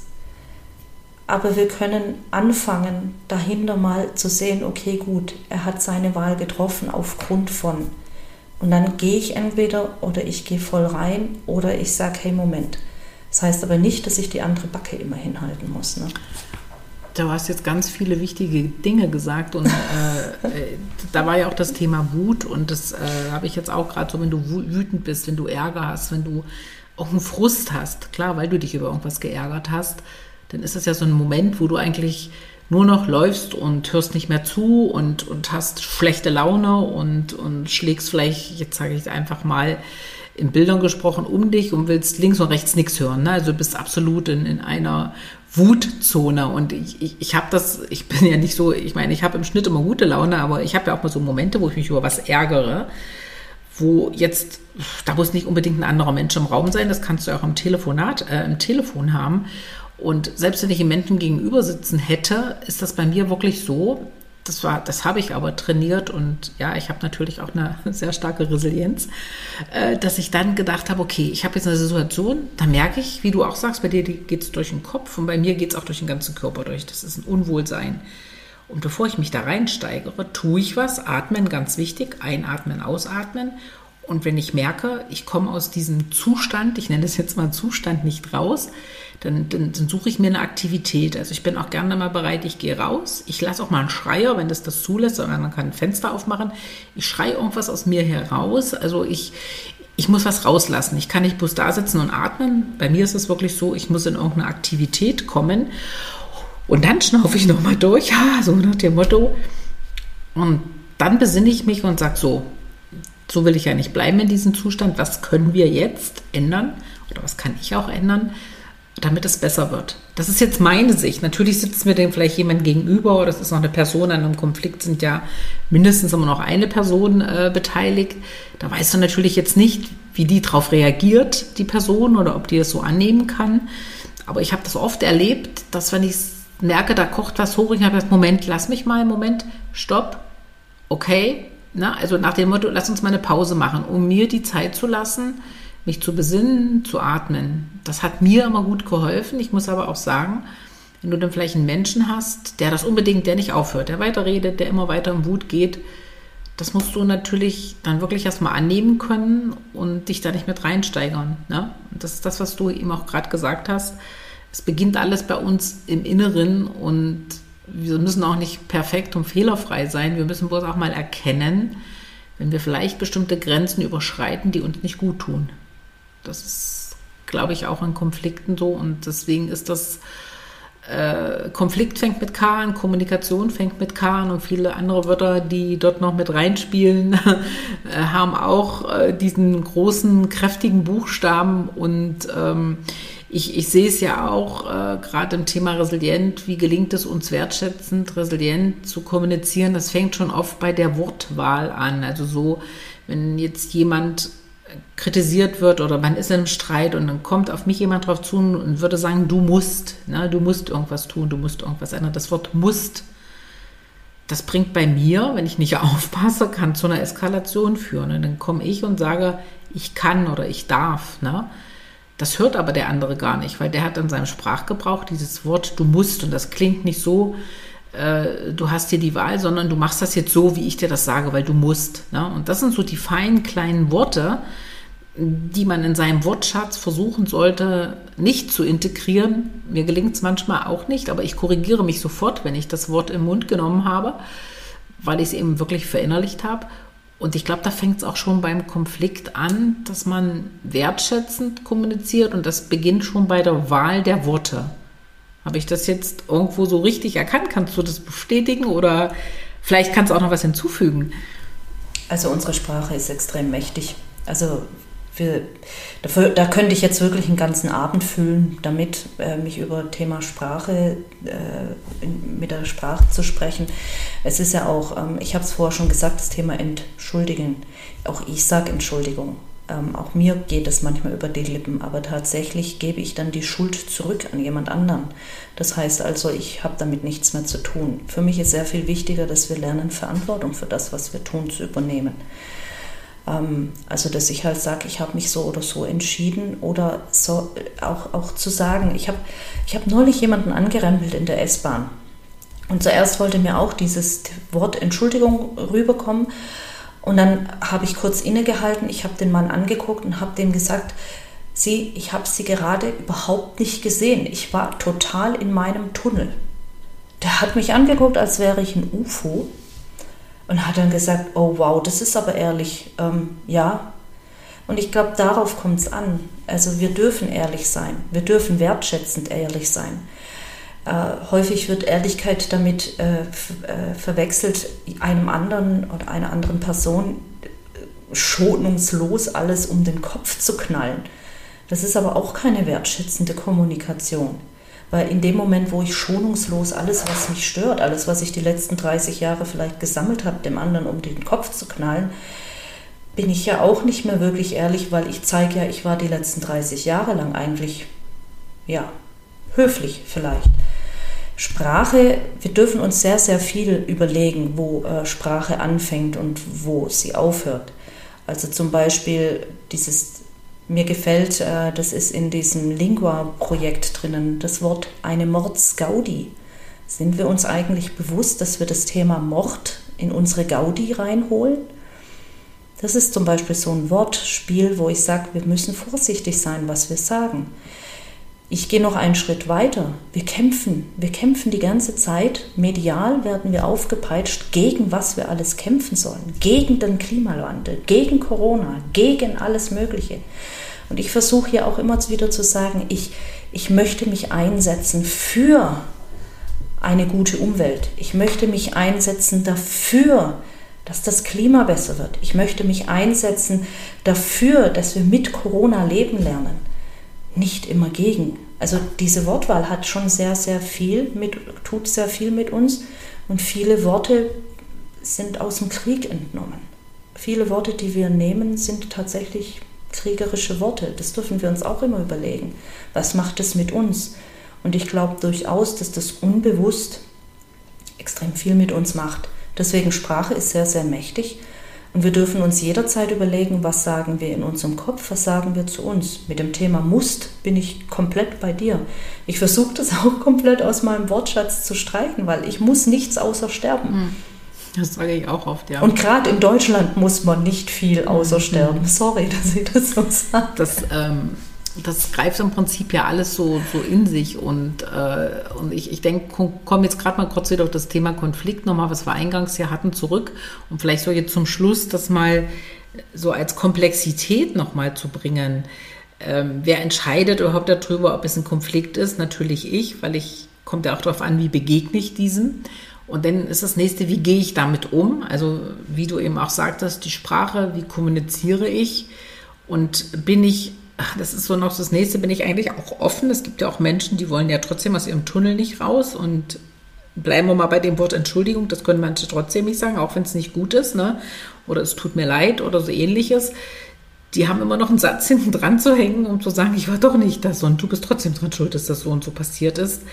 Aber wir können anfangen, dahinter mal zu sehen, okay, gut, er hat seine Wahl getroffen aufgrund von. Und dann gehe ich entweder oder ich gehe voll rein oder ich sage, hey, Moment. Das heißt aber nicht, dass ich die andere Backe immer hinhalten muss. Ne? Du hast jetzt ganz viele wichtige Dinge gesagt und äh, da war ja auch das Thema Wut und das äh, habe ich jetzt auch gerade so, wenn du wütend bist, wenn du Ärger hast, wenn du auch einen Frust hast, klar, weil du dich über irgendwas geärgert hast, dann ist das ja so ein Moment, wo du eigentlich nur noch läufst und hörst nicht mehr zu und, und hast schlechte Laune und, und schlägst vielleicht, jetzt sage ich einfach mal, in Bildern gesprochen, um dich und willst links und rechts nichts hören. Ne? Also du bist absolut in, in einer Wutzone und ich, ich, ich habe das, ich bin ja nicht so, ich meine, ich habe im Schnitt immer gute Laune, aber ich habe ja auch mal so Momente, wo ich mich über was ärgere, wo jetzt, da muss nicht unbedingt ein anderer Mensch im Raum sein, das kannst du auch im Telefonat, äh, im Telefon haben. Und selbst wenn ich einem Menschen gegenüber sitzen hätte, ist das bei mir wirklich so, das war, das habe ich aber trainiert und ja, ich habe natürlich auch eine sehr starke Resilienz, äh, dass ich dann gedacht habe, okay, ich habe jetzt eine Situation, da merke ich, wie du auch sagst, bei dir geht es durch den Kopf und bei mir geht es auch durch den ganzen Körper durch. Das ist ein Unwohlsein. Und bevor ich mich da reinsteigere, tue ich was, atmen, ganz wichtig, einatmen, ausatmen. Und wenn ich merke, ich komme aus diesem Zustand, ich nenne das jetzt mal Zustand, nicht raus, dann, dann, dann suche ich mir eine Aktivität. Also ich bin auch gerne mal bereit, ich gehe raus. Ich lasse auch mal einen Schreier, wenn das das zulässt, oder man kann ein Fenster aufmachen. Ich schreie irgendwas aus mir heraus. Also ich, ich muss was rauslassen. Ich kann nicht bloß da sitzen und atmen. Bei mir ist es wirklich so, ich muss in irgendeine Aktivität kommen. Und dann schnaufe ich nochmal durch, ja, so nach dem Motto. Und dann besinne ich mich und sage so, so will ich ja nicht bleiben in diesem Zustand. Was können wir jetzt ändern? Oder was kann ich auch ändern, damit es besser wird? Das ist jetzt meine Sicht. Natürlich sitzt mir dem vielleicht jemand gegenüber oder es ist noch eine Person. An einem Konflikt sind ja mindestens immer noch eine Person äh, beteiligt. Da weißt du natürlich jetzt nicht, wie die darauf reagiert, die Person, oder ob die das so annehmen kann. Aber ich habe das oft erlebt, dass wenn ich merke, da kocht was hoch, ich habe gesagt, Moment, lass mich mal, Moment, stopp, okay. Na, also nach dem Motto, lass uns mal eine Pause machen, um mir die Zeit zu lassen, mich zu besinnen, zu atmen. Das hat mir immer gut geholfen. Ich muss aber auch sagen, wenn du dann vielleicht einen Menschen hast, der das unbedingt, der nicht aufhört, der weiterredet, der immer weiter im Wut geht, das musst du natürlich dann wirklich erstmal annehmen können und dich da nicht mit reinsteigern. Ne? Das ist das, was du eben auch gerade gesagt hast. Es beginnt alles bei uns im Inneren und wir müssen auch nicht perfekt und fehlerfrei sein. Wir müssen bloß auch mal erkennen, wenn wir vielleicht bestimmte Grenzen überschreiten, die uns nicht gut tun. Das ist, glaube ich, auch in Konflikten so. Und deswegen ist das, äh, Konflikt fängt mit K an, Kommunikation fängt mit K an und viele andere Wörter, die dort noch mit reinspielen, äh, haben auch äh, diesen großen, kräftigen Buchstaben. Und ähm, Ich, ich sehe es ja auch äh, gerade im Thema resilient, wie gelingt es uns wertschätzend, resilient zu kommunizieren. Das fängt schon oft bei der Wortwahl an. Also so, wenn jetzt jemand kritisiert wird oder man ist in einem Streit und dann kommt auf mich jemand drauf zu und würde sagen, du musst, ne, du musst irgendwas tun, du musst irgendwas ändern. Das Wort musst, das bringt bei mir, wenn ich nicht aufpasse, kann zu einer Eskalation führen. Und dann komme ich und sage, ich kann oder ich darf. Ne? Das hört aber der andere gar nicht, weil der hat in seinem Sprachgebrauch dieses Wort, du musst. Und das klingt nicht so, äh, du hast hier die Wahl, sondern du machst das jetzt so, wie ich dir das sage, weil du musst. Ne? Und das sind so die feinen kleinen Worte, die man in seinem Wortschatz versuchen sollte, nicht zu integrieren. Mir gelingt es manchmal auch nicht, aber ich korrigiere mich sofort, wenn ich das Wort im Mund genommen habe, weil ich es eben wirklich verinnerlicht habe. Und ich glaube, da fängt es auch schon beim Konflikt an, dass man wertschätzend kommuniziert und das beginnt schon bei der Wahl der Worte. Habe ich das jetzt irgendwo so richtig erkannt? Kannst du das bestätigen oder vielleicht kannst du auch noch was hinzufügen? Also unsere Sprache ist extrem mächtig. Also Wir, dafür, da könnte ich jetzt wirklich einen ganzen Abend füllen, damit äh, mich über Thema Sprache, äh, in, mit der Sprache zu sprechen. Es ist ja auch, ähm, ich habe es vorher schon gesagt, das Thema Entschuldigen. Auch ich sage Entschuldigung. Ähm, auch mir geht es manchmal über die Lippen, aber tatsächlich gebe ich dann die Schuld zurück an jemand anderen. Das heißt also, ich habe damit nichts mehr zu tun. Für mich ist sehr viel wichtiger, dass wir lernen, Verantwortung für das, was wir tun, zu übernehmen. Also, dass ich halt sage, ich habe mich so oder so entschieden oder so auch, auch zu sagen, ich habe ich hab neulich jemanden angerempelt in der S-Bahn und zuerst wollte mir auch dieses Wort Entschuldigung rüberkommen und dann habe ich kurz innegehalten, ich habe den Mann angeguckt und habe dem gesagt, Sie, ich habe Sie gerade überhaupt nicht gesehen, ich war total in meinem Tunnel. Der hat mich angeguckt, als wäre ich ein U F O. Und hat dann gesagt, oh wow, das ist aber ehrlich, ähm, ja. Und ich glaube, darauf kommt es an. Also wir dürfen ehrlich sein, wir dürfen wertschätzend ehrlich sein. Äh, häufig wird Ehrlichkeit damit äh, f- äh, verwechselt, einem anderen oder einer anderen Person schonungslos alles um den Kopf zu knallen. Das ist aber auch keine wertschätzende Kommunikation. Weil in dem Moment, wo ich schonungslos alles, was mich stört, alles, was ich die letzten dreißig Jahre vielleicht gesammelt habe, dem anderen um den Kopf zu knallen, bin ich ja auch nicht mehr wirklich ehrlich, weil ich zeige ja, ich war die letzten dreißig Jahre lang eigentlich, ja, höflich vielleicht. Sprache, wir dürfen uns sehr, sehr viel überlegen, wo äh, Sprache anfängt und wo sie aufhört. Also zum Beispiel dieses... Mir gefällt, das ist in diesem Lingua-Projekt drinnen, das Wort eine Mordsgaudi. Sind wir uns eigentlich bewusst, dass wir das Thema Mord in unsere Gaudi reinholen? Das ist zum Beispiel so ein Wortspiel, wo ich sage, wir müssen vorsichtig sein, was wir sagen. Ich gehe noch einen Schritt weiter. Wir kämpfen. Wir kämpfen die ganze Zeit. Medial werden wir aufgepeitscht, gegen was wir alles kämpfen sollen. Gegen den Klimawandel, gegen Corona, gegen alles Mögliche. Und ich versuche hier auch immer wieder zu sagen, ich, ich möchte mich einsetzen für eine gute Umwelt. Ich möchte mich einsetzen dafür, dass das Klima besser wird. Ich möchte mich einsetzen dafür, dass wir mit Corona leben lernen. Nicht immer gegen. Also diese Wortwahl hat schon sehr, sehr viel mit, tut sehr viel mit uns und viele Worte sind aus dem Krieg entnommen. Viele Worte, die wir nehmen, sind tatsächlich kriegerische Worte. Das dürfen wir uns auch immer überlegen. Was macht es mit uns? Und ich glaube durchaus, dass das unbewusst extrem viel mit uns macht. Deswegen Sprache ist sehr, sehr mächtig. Und wir dürfen uns jederzeit überlegen, was sagen wir in unserem Kopf, was sagen wir zu uns. Mit dem Thema musst bin ich komplett bei dir. Ich versuche das auch komplett aus meinem Wortschatz zu streichen, weil ich muss nichts außer sterben. Das sage ich auch oft, ja. Und gerade in Deutschland muss man nicht viel außer sterben. Sorry, dass ich das so sage. Das, ähm, das greift im Prinzip ja alles so, so in sich. Und, äh, und ich, ich denke, komme jetzt gerade mal kurz wieder auf das Thema Konflikt nochmal, was wir eingangs hier hatten, zurück. Und vielleicht so jetzt zum Schluss das mal so als Komplexität nochmal zu bringen. Ähm, wer entscheidet überhaupt darüber, ob es ein Konflikt ist? Natürlich ich, weil ich, kommt ja auch darauf an, wie begegne ich diesem. Und dann ist das nächste, wie gehe ich damit um? Also wie du eben auch sagtest, die Sprache, wie kommuniziere ich? Und bin ich, ach, das ist so noch das nächste, bin ich eigentlich auch offen? Es gibt ja auch Menschen, die wollen ja trotzdem aus ihrem Tunnel nicht raus. Und bleiben wir mal bei dem Wort Entschuldigung, das können manche trotzdem nicht sagen, auch wenn es nicht gut ist, ne? Oder es tut mir leid oder so ähnliches. Die haben immer noch einen Satz hinten dran zu hängen, um zu sagen, ich war doch nicht das und du bist trotzdem dran schuld, dass das so und so passiert ist.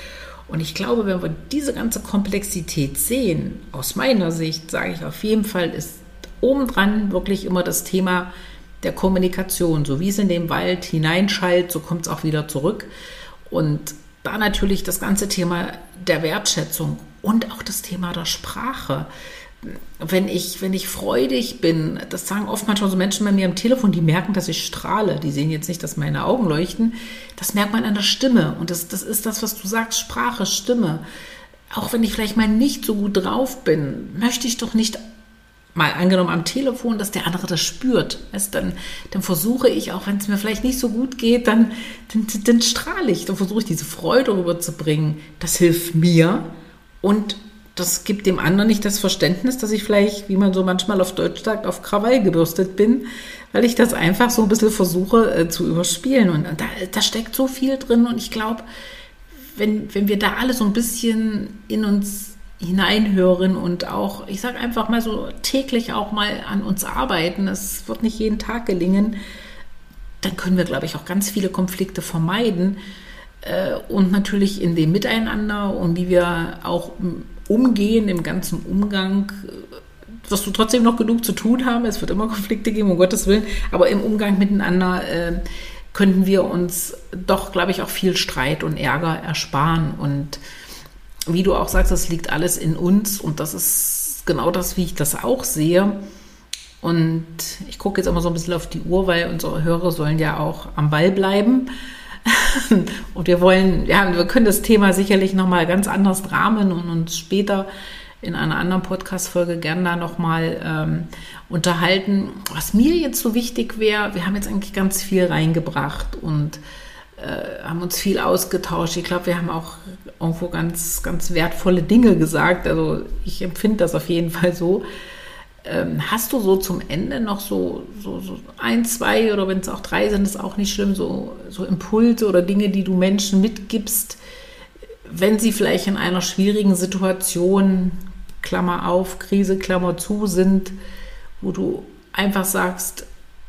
Und ich glaube, wenn wir diese ganze Komplexität sehen, aus meiner Sicht, sage ich auf jeden Fall, ist obendran wirklich immer das Thema der Kommunikation. So wie es in den Wald hineinschallt, so kommt es auch wieder zurück. Und da natürlich das ganze Thema der Wertschätzung und auch das Thema der Sprache. Wenn ich, wenn ich freudig bin, das sagen oft manchmal so Menschen bei mir am Telefon, die merken, dass ich strahle. Die sehen jetzt nicht, dass meine Augen leuchten. Das merkt man an der Stimme. Und das, das ist das, was du sagst, Sprache, Stimme. Auch wenn ich vielleicht mal nicht so gut drauf bin, möchte ich doch nicht, mal angenommen am Telefon, dass der andere das spürt. Weißt, dann, dann versuche ich, auch wenn es mir vielleicht nicht so gut geht, dann, dann, dann strahle ich. Dann versuche ich, diese Freude rüberzubringen. Das hilft mir und das gibt dem anderen nicht das Verständnis, dass ich vielleicht, wie man so manchmal auf Deutsch sagt, auf Krawall gebürstet bin, weil ich das einfach so ein bisschen versuche äh, zu überspielen. Und da, da steckt so viel drin. Und ich glaube, wenn, wenn wir da alle so ein bisschen in uns hineinhören und auch, ich sage einfach mal so täglich auch mal an uns arbeiten, es wird nicht jeden Tag gelingen, dann können wir, glaube ich, auch ganz viele Konflikte vermeiden. Äh, und natürlich in dem Miteinander und wie wir auch umgehen, im ganzen Umgang, wirst du trotzdem noch genug zu tun haben. Es wird immer Konflikte geben, um Gottes Willen. Aber im Umgang miteinander äh, könnten wir uns doch, glaube ich, auch viel Streit und Ärger ersparen. Und wie du auch sagst, das liegt alles in uns. Und das ist genau das, wie ich das auch sehe. Und ich gucke jetzt immer so ein bisschen auf die Uhr, weil unsere Hörer sollen ja auch am Ball bleiben. Und wir wollen, ja, wir können das Thema sicherlich nochmal ganz anders rahmen und uns später in einer anderen Podcast-Folge gerne da nochmal ähm, unterhalten. Was mir jetzt so wichtig wäre, wir haben jetzt eigentlich ganz viel reingebracht und äh, haben uns viel ausgetauscht. Ich glaube, wir haben auch irgendwo ganz, ganz wertvolle Dinge gesagt. Also ich empfinde das auf jeden Fall so. Hast du so zum Ende noch so, so, so ein, zwei oder wenn es auch drei sind, ist auch nicht schlimm, so, so Impulse oder Dinge, die du Menschen mitgibst, wenn sie vielleicht in einer schwierigen Situation, Klammer auf, Krise, Klammer zu, sind, wo du einfach sagst,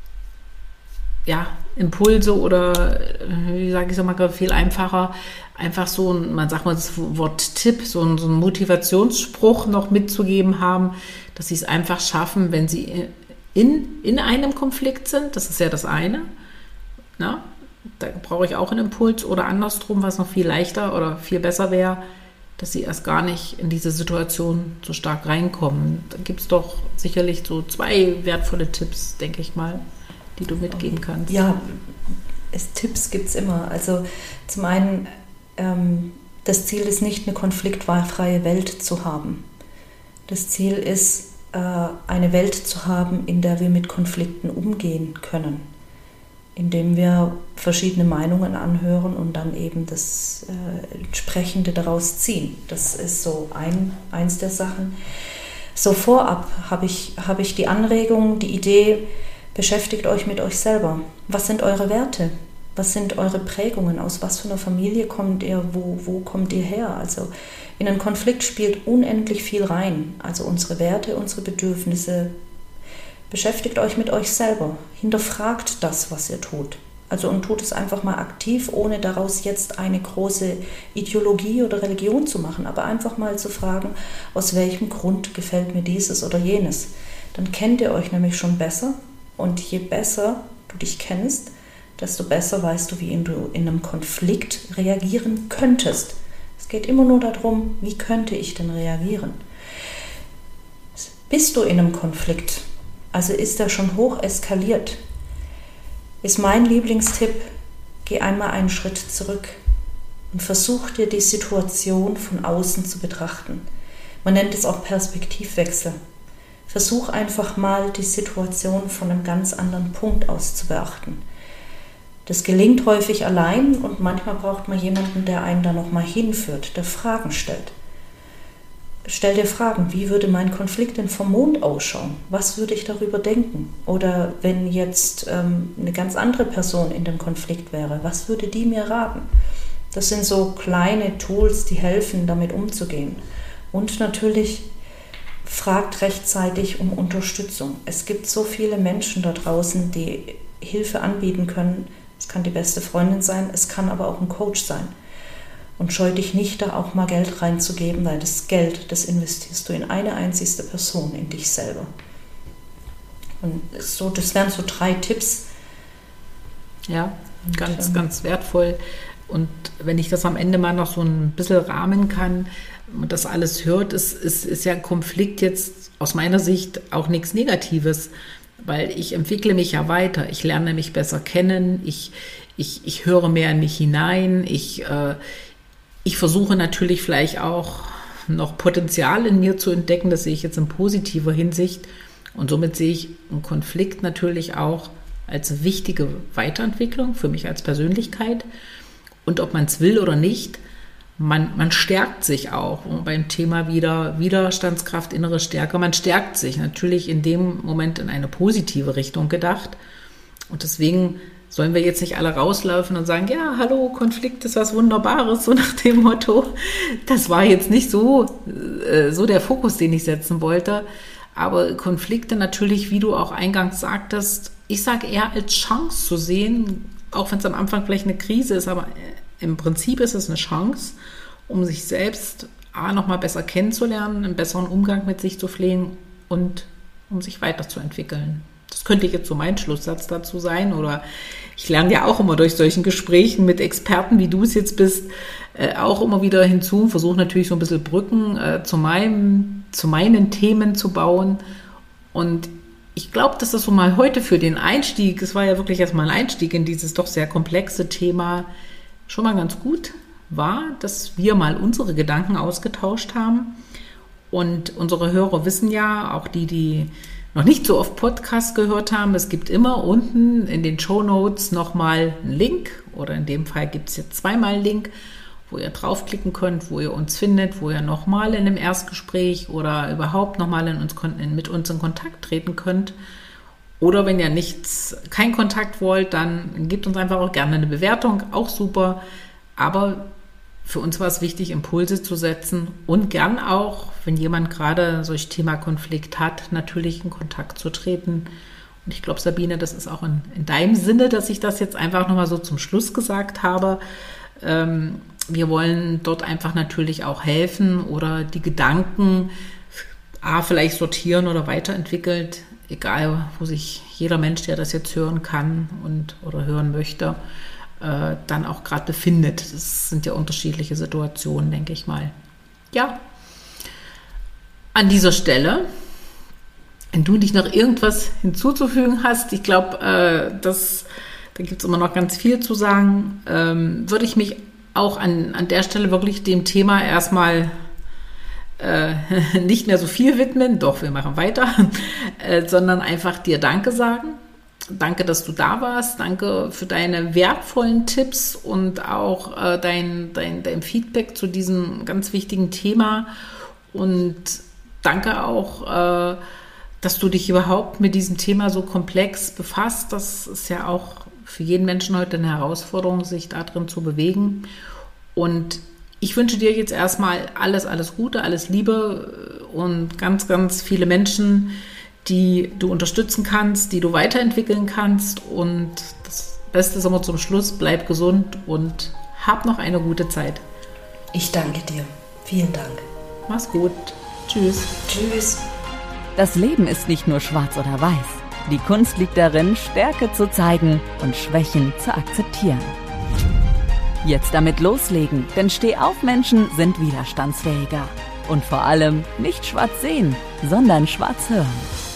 ja, Impulse oder, wie sage ich es mal, viel einfacher, einfach so, ein, man sagt mal das Wort Tipp, so ein, so ein Motivationsspruch noch mitzugeben haben, dass sie es einfach schaffen, wenn sie in, in einem Konflikt sind, das ist ja das eine, na, da brauche ich auch einen Impuls oder andersrum, was noch viel leichter oder viel besser wäre, dass sie erst gar nicht in diese Situation so stark reinkommen. Da gibt es doch sicherlich so zwei wertvolle Tipps, denke ich mal, die du mitgeben kannst. Ja, es, Tipps gibt es immer. Also zum einen, ähm, das Ziel ist nicht, eine konfliktfreie Welt zu haben. Das Ziel ist, äh, eine Welt zu haben, in der wir mit Konflikten umgehen können, indem wir verschiedene Meinungen anhören und dann eben das äh, Entsprechende daraus ziehen. Das ist so ein, eins der Sachen. So vorab habe ich, habe ich die Anregung, die Idee, beschäftigt euch mit euch selber. Was sind eure Werte? Was sind eure Prägungen? Aus was für einer Familie kommt ihr? Wo, wo kommt ihr her? Also in einen Konflikt spielt unendlich viel rein. Also unsere Werte, unsere Bedürfnisse. Beschäftigt euch mit euch selber. Hinterfragt das, was ihr tut. Also und tut es einfach mal aktiv, ohne daraus jetzt eine große Ideologie oder Religion zu machen. Aber einfach mal zu fragen, aus welchem Grund gefällt mir dieses oder jenes. Dann kennt ihr euch nämlich schon besser. Und je besser du dich kennst, desto besser weißt du, wie du in einem Konflikt reagieren könntest. Es geht immer nur darum, wie könnte ich denn reagieren? Bist du in einem Konflikt, also ist er schon hoch eskaliert, ist mein Lieblingstipp, geh einmal einen Schritt zurück und versuch dir die Situation von außen zu betrachten. Man nennt es auch Perspektivwechsel. Versuch einfach mal, die Situation von einem ganz anderen Punkt aus zu beachten. Das gelingt häufig allein und manchmal braucht man jemanden, der einen da nochmal hinführt, der Fragen stellt. Stell dir Fragen, wie würde mein Konflikt denn vom Mond ausschauen? Was würde ich darüber denken? Oder wenn jetzt ähm, eine ganz andere Person in dem Konflikt wäre, was würde die mir raten? Das sind so kleine Tools, die helfen, damit umzugehen. Und natürlich fragt rechtzeitig um Unterstützung. Es gibt so viele Menschen da draußen, die Hilfe anbieten können. Es kann die beste Freundin sein, es kann aber auch ein Coach sein. Und scheu dich nicht, da auch mal Geld reinzugeben, weil das Geld, das investierst du in eine einzigste Person, in dich selber. Und so, das wären so drei Tipps. Ja, ganz, und, ganz wertvoll. Und wenn ich das am Ende mal noch so ein bisschen rahmen kann und das alles hört, ist, ist, ist ja ein Konflikt jetzt aus meiner Sicht auch nichts Negatives, weil ich entwickle mich ja weiter. Ich lerne mich besser kennen, ich, ich, ich höre mehr in mich hinein, ich, äh, ich versuche natürlich vielleicht auch noch Potenzial in mir zu entdecken, das sehe ich jetzt in positiver Hinsicht. Und somit sehe ich einen Konflikt natürlich auch als wichtige Weiterentwicklung für mich als Persönlichkeit. Und ob man es will oder nicht, man, man stärkt sich auch. Und beim Thema wieder Widerstandskraft, innere Stärke, man stärkt sich natürlich in dem Moment in eine positive Richtung gedacht. Und deswegen sollen wir jetzt nicht alle rauslaufen und sagen, ja, hallo, Konflikt ist was Wunderbares, so nach dem Motto. Das war jetzt nicht so, äh, so der Fokus, den ich setzen wollte. Aber Konflikte natürlich, wie du auch eingangs sagtest, ich sage eher als Chance zu sehen, auch wenn es am Anfang vielleicht eine Krise ist, aber im Prinzip ist es eine Chance, um sich selbst A, noch mal besser kennenzulernen, einen besseren Umgang mit sich zu pflegen und um sich weiterzuentwickeln. Das könnte jetzt so mein Schlusssatz dazu sein. Oder ich lerne ja auch immer durch solchen Gesprächen mit Experten, wie du es jetzt bist, äh, auch immer wieder hinzu und versuche natürlich so ein bisschen Brücken äh, zu, meinem, zu meinen Themen zu bauen. Und ich glaube, dass das so mal heute für den Einstieg, es war ja wirklich erstmal ein Einstieg in dieses doch sehr komplexe Thema, schon mal ganz gut war, dass wir mal unsere Gedanken ausgetauscht haben. Und unsere Hörer wissen ja, auch die, die noch nicht so oft Podcast gehört haben, es gibt immer unten in den Shownotes nochmal einen Link, oder in dem Fall gibt es jetzt zweimal einen Link, wo ihr draufklicken könnt, wo ihr uns findet, wo ihr nochmal in einem Erstgespräch oder überhaupt nochmal in uns, in, mit uns in Kontakt treten könnt. Oder wenn ihr nichts, keinen Kontakt wollt, dann gebt uns einfach auch gerne eine Bewertung, auch super. Aber für uns war es wichtig, Impulse zu setzen und gern auch, wenn jemand gerade solch Thema Konflikt hat, natürlich in Kontakt zu treten. Und ich glaube, Sabine, das ist auch in, in deinem Sinne, dass ich das jetzt einfach nochmal so zum Schluss gesagt habe. Ähm, wir wollen dort einfach natürlich auch helfen oder die Gedanken A, vielleicht sortieren oder weiterentwickelt, egal wo sich jeder Mensch, der das jetzt hören kann und oder hören möchte, äh, dann auch gerade befindet. Das sind ja unterschiedliche Situationen, denke ich mal. Ja, an dieser Stelle, wenn du nicht noch irgendwas hinzuzufügen hast, ich glaube, äh, das, da gibt es immer noch ganz viel zu sagen, ähm, würde ich mich auch an, an der Stelle wirklich dem Thema erstmal äh, nicht mehr so viel widmen, doch, wir machen weiter, äh, sondern einfach dir Danke sagen. Danke, dass du da warst. Danke für deine wertvollen Tipps und auch äh, dein, dein, dein Feedback zu diesem ganz wichtigen Thema. Und danke auch, äh, dass du dich überhaupt mit diesem Thema so komplex befasst. Das ist ja auch für jeden Menschen heute eine Herausforderung, sich da drin zu bewegen. Und ich wünsche dir jetzt erstmal alles, alles Gute, alles Liebe und ganz, ganz viele Menschen, die du unterstützen kannst, die du weiterentwickeln kannst. Und das Beste ist immer zum Schluss, bleib gesund und hab noch eine gute Zeit. Ich danke dir. Vielen Dank. Mach's gut. Tschüss. Tschüss. Das Leben ist nicht nur schwarz oder weiß. Die Kunst liegt darin, Stärke zu zeigen und Schwächen zu akzeptieren. Jetzt damit loslegen, denn Steh-auf-Menschen sind widerstandsfähiger. Und vor allem nicht schwarz sehen, sondern schwarz hören.